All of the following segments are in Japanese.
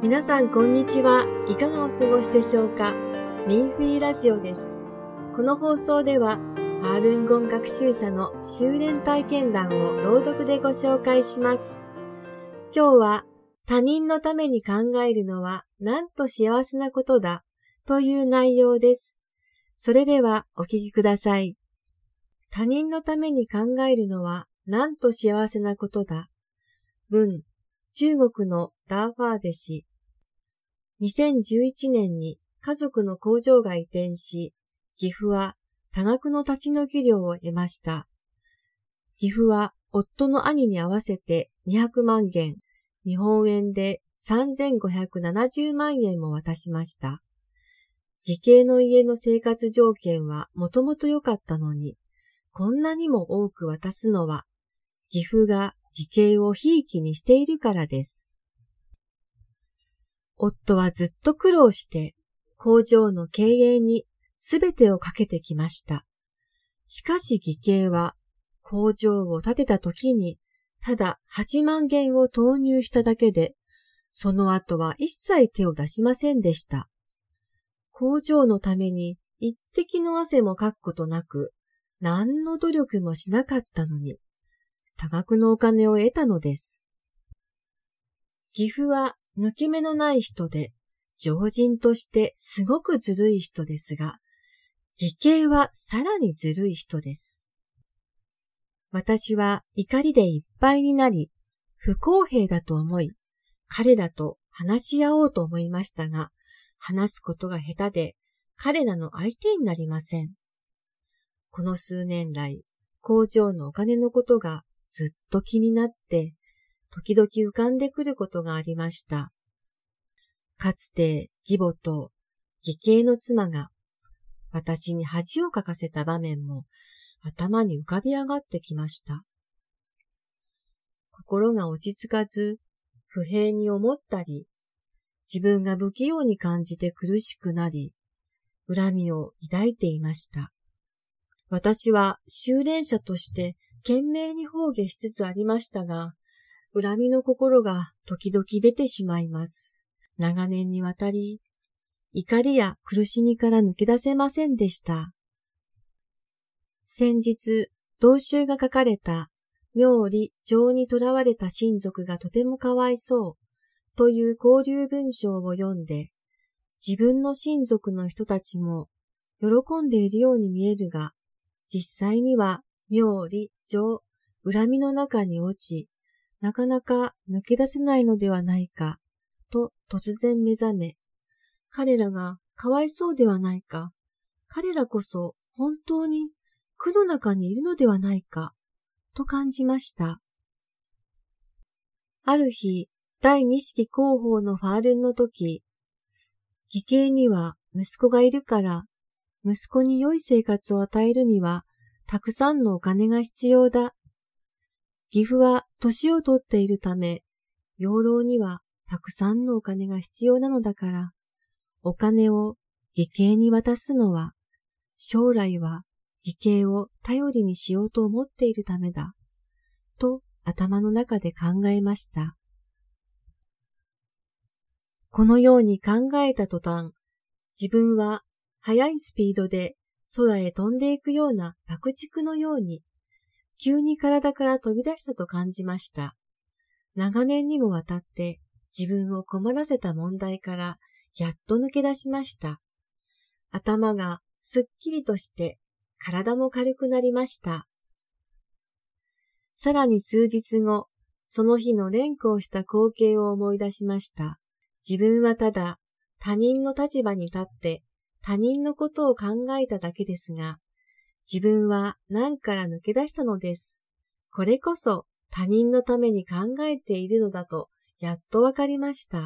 皆さんこんにちは。いかがお過ごしでしょうか。ミンフィーラジオです。この放送ではファールンゴン学習者の修練体験談を朗読でご紹介します。今日は他人のために考えるのはなんと幸せなことだという内容です。それではお聞きください。他人のために考えるのはなんと幸せなことだ。文、中国のダーファー弟子。2011年に家族の工場が移転し、岐阜は多額の立ち退き料を得ました。岐阜は夫の兄に合わせて200万元、日本円で3570万円も渡しました。義兄の家の生活条件はもともと良かったのに、こんなにも多く渡すのは、岐阜が義兄をひいきにしているからです。夫はずっと苦労して工場の経営にすべてをかけてきました。しかし義兄は工場を建てた時にただ8万元を投入しただけで、その後は一切手を出しませんでした。工場のために一滴の汗もかくことなく、何の努力もしなかったのに、多額のお金を得たのです。岐阜は抜け目のない人で、常人としてすごくずるい人ですが、義兄はさらにずるい人です。私は怒りでいっぱいになり、不公平だと思い、彼らと話し合おうと思いましたが、話すことが下手で、彼らの相手になりません。この数年来、工場のお金のことがずっと気になって、時々浮かんでくることがありました。かつて義母と義兄の妻が私に恥をかかせた場面も頭に浮かび上がってきました。心が落ち着かず、不平に思ったり、自分が不器用に感じて苦しくなり、恨みを抱いていました。私は修練者として懸命に奉下しつつありましたが、恨みの心が時々出てしまいます。長年にわたり、怒りや苦しみから抜け出せませんでした。先日、同宗が書かれた、妙理情にとらわれた親族がとてもかわいそうという交流文章を読んで、自分の親族の人たちも喜んでいるように見えるが、実際には妙理情、恨みの中に落ち、なかなか抜け出せないのではないか、と突然目覚め、彼らがかわいそうではないか、彼らこそ本当に苦の中にいるのではないか、と感じました。ある日、第二式広報のファールンの時、義兄には息子がいるから、息子に良い生活を与えるには、たくさんのお金が必要だ。岐阜は年を取っているため、養老にはたくさんのお金が必要なのだから、お金を義兄に渡すのは、将来は義兄を頼りにしようと思っているためだ、と頭の中で考えました。このように考えた途端、自分は速いスピードで空へ飛んでいくような爆竹のように、急に体から飛び出したと感じました。長年にもわたって自分を困らせた問題からやっと抜け出しました。頭がすっきりとして体も軽くなりました。さらに数日後、その日の連呼をした光景を思い出しました。自分はただ他人の立場に立って他人のことを考えただけですが、自分は難から抜け出したのです。これこそ他人のために考えているのだとやっとわかりました。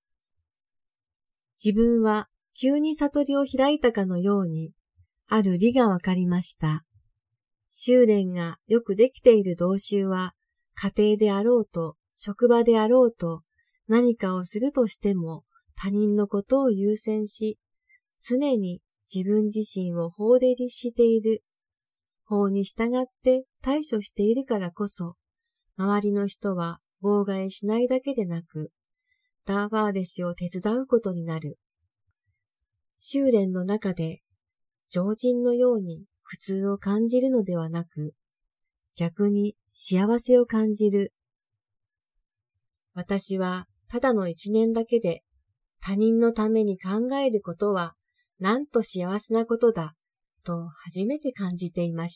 自分は急に悟りを開いたかのように、ある理がわかりました。修練がよくできている同宗は、家庭であろうと、職場であろうと、何かをするとしても他人のことを優先し、常に自分自身を法で律している。法に従って対処しているからこそ、周りの人は妨害しないだけでなく、 ターファーデシを手伝うことになる。修練の中で常人のように苦痛を感じるのではなく、逆に幸せを感じる。私はただの一年だけで他人のために考えることはなんと幸せなことだと初めて感じていました。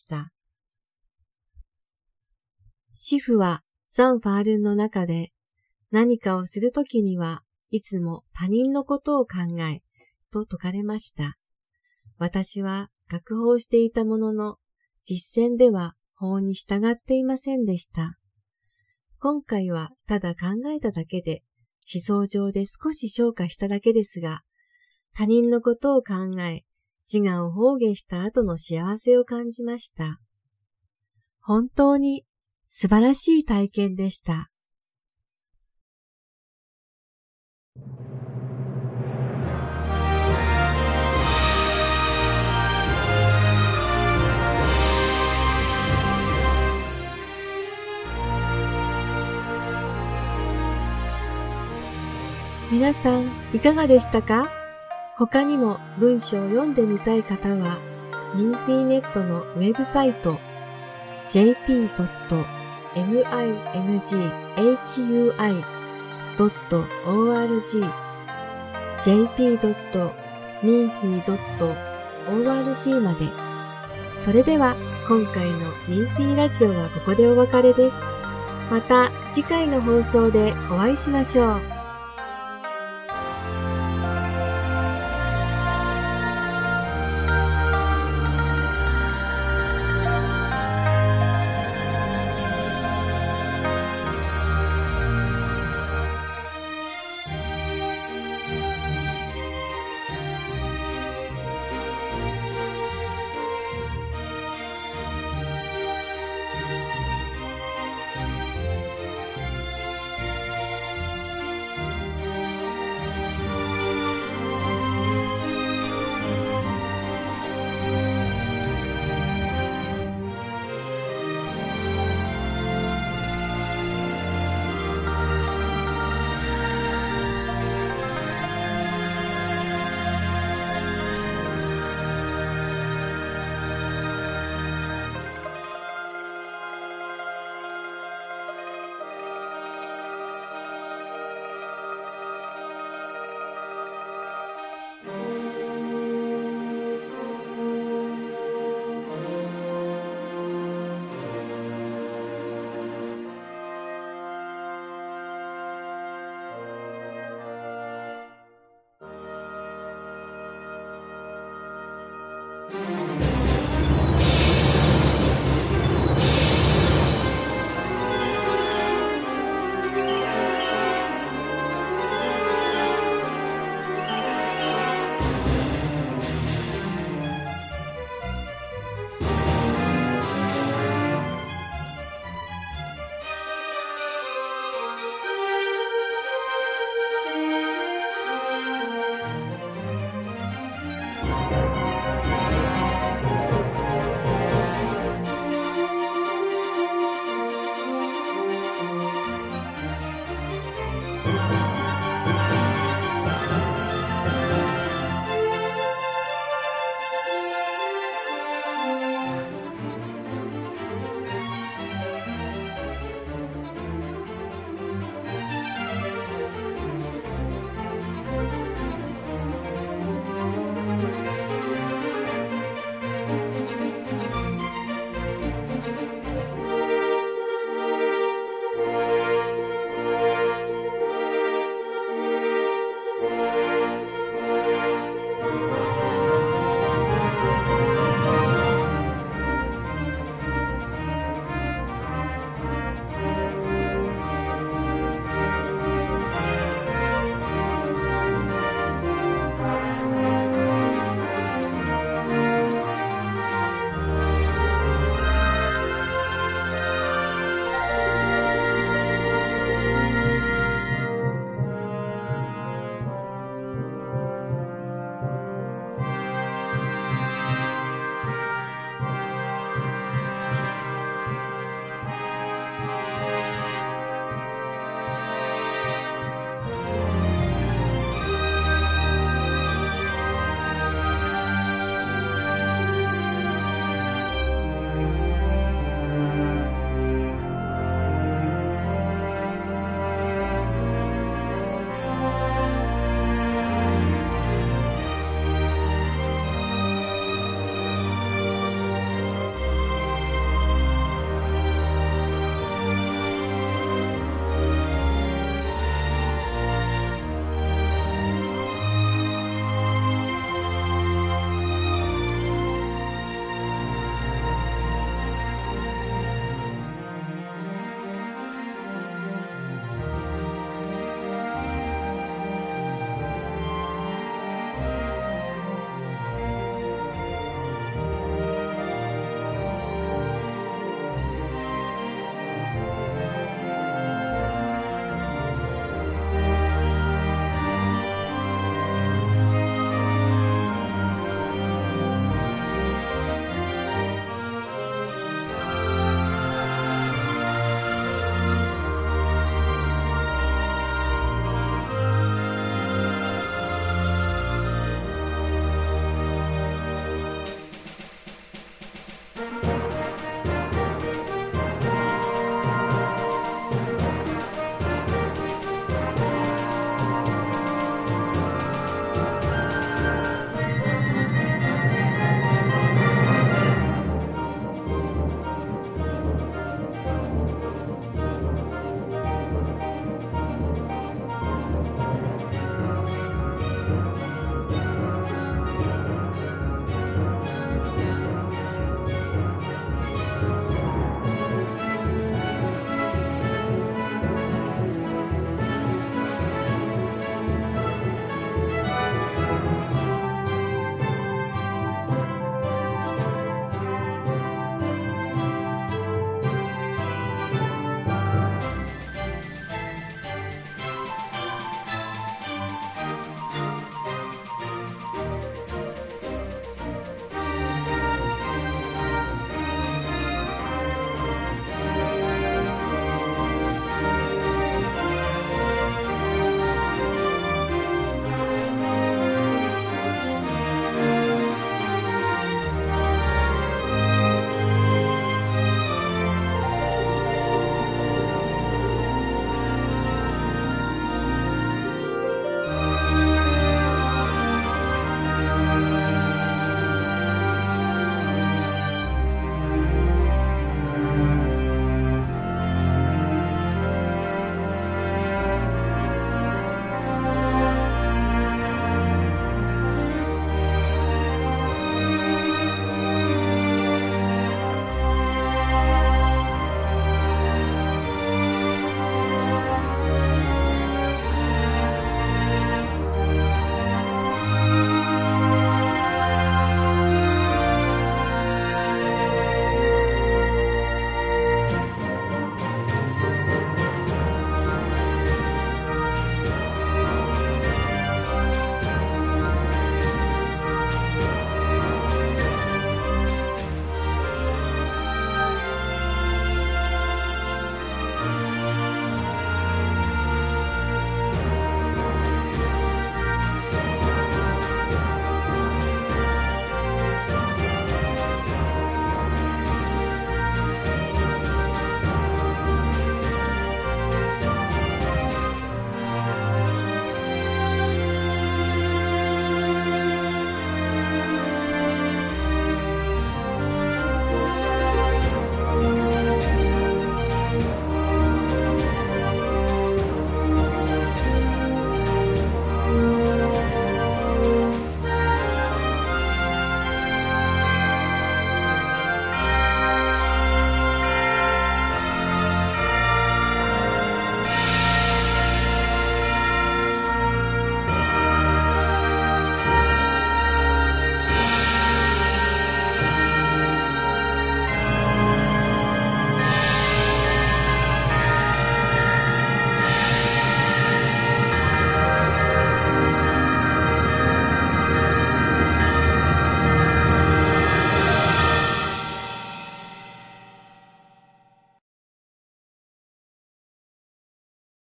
師父はザン・ファールンの中で何かをするときにはいつも他人のことを考えと説かれました。私は学法していたものの実践では法に従っていませんでした。今回はただ考えただけで思想上で少し昇華しただけですが、他人のことを考え自我を放下した後の幸せを感じました。本当に素晴らしい体験でした。皆さんいかがでしたか？他にも文章を読んでみたい方は、ミンフィーネットのウェブサイト jp.minghui.org jp.minfy.org まで。それでは今回のミンフィーラジオはここでお別れです。また次回の放送でお会いしましょう。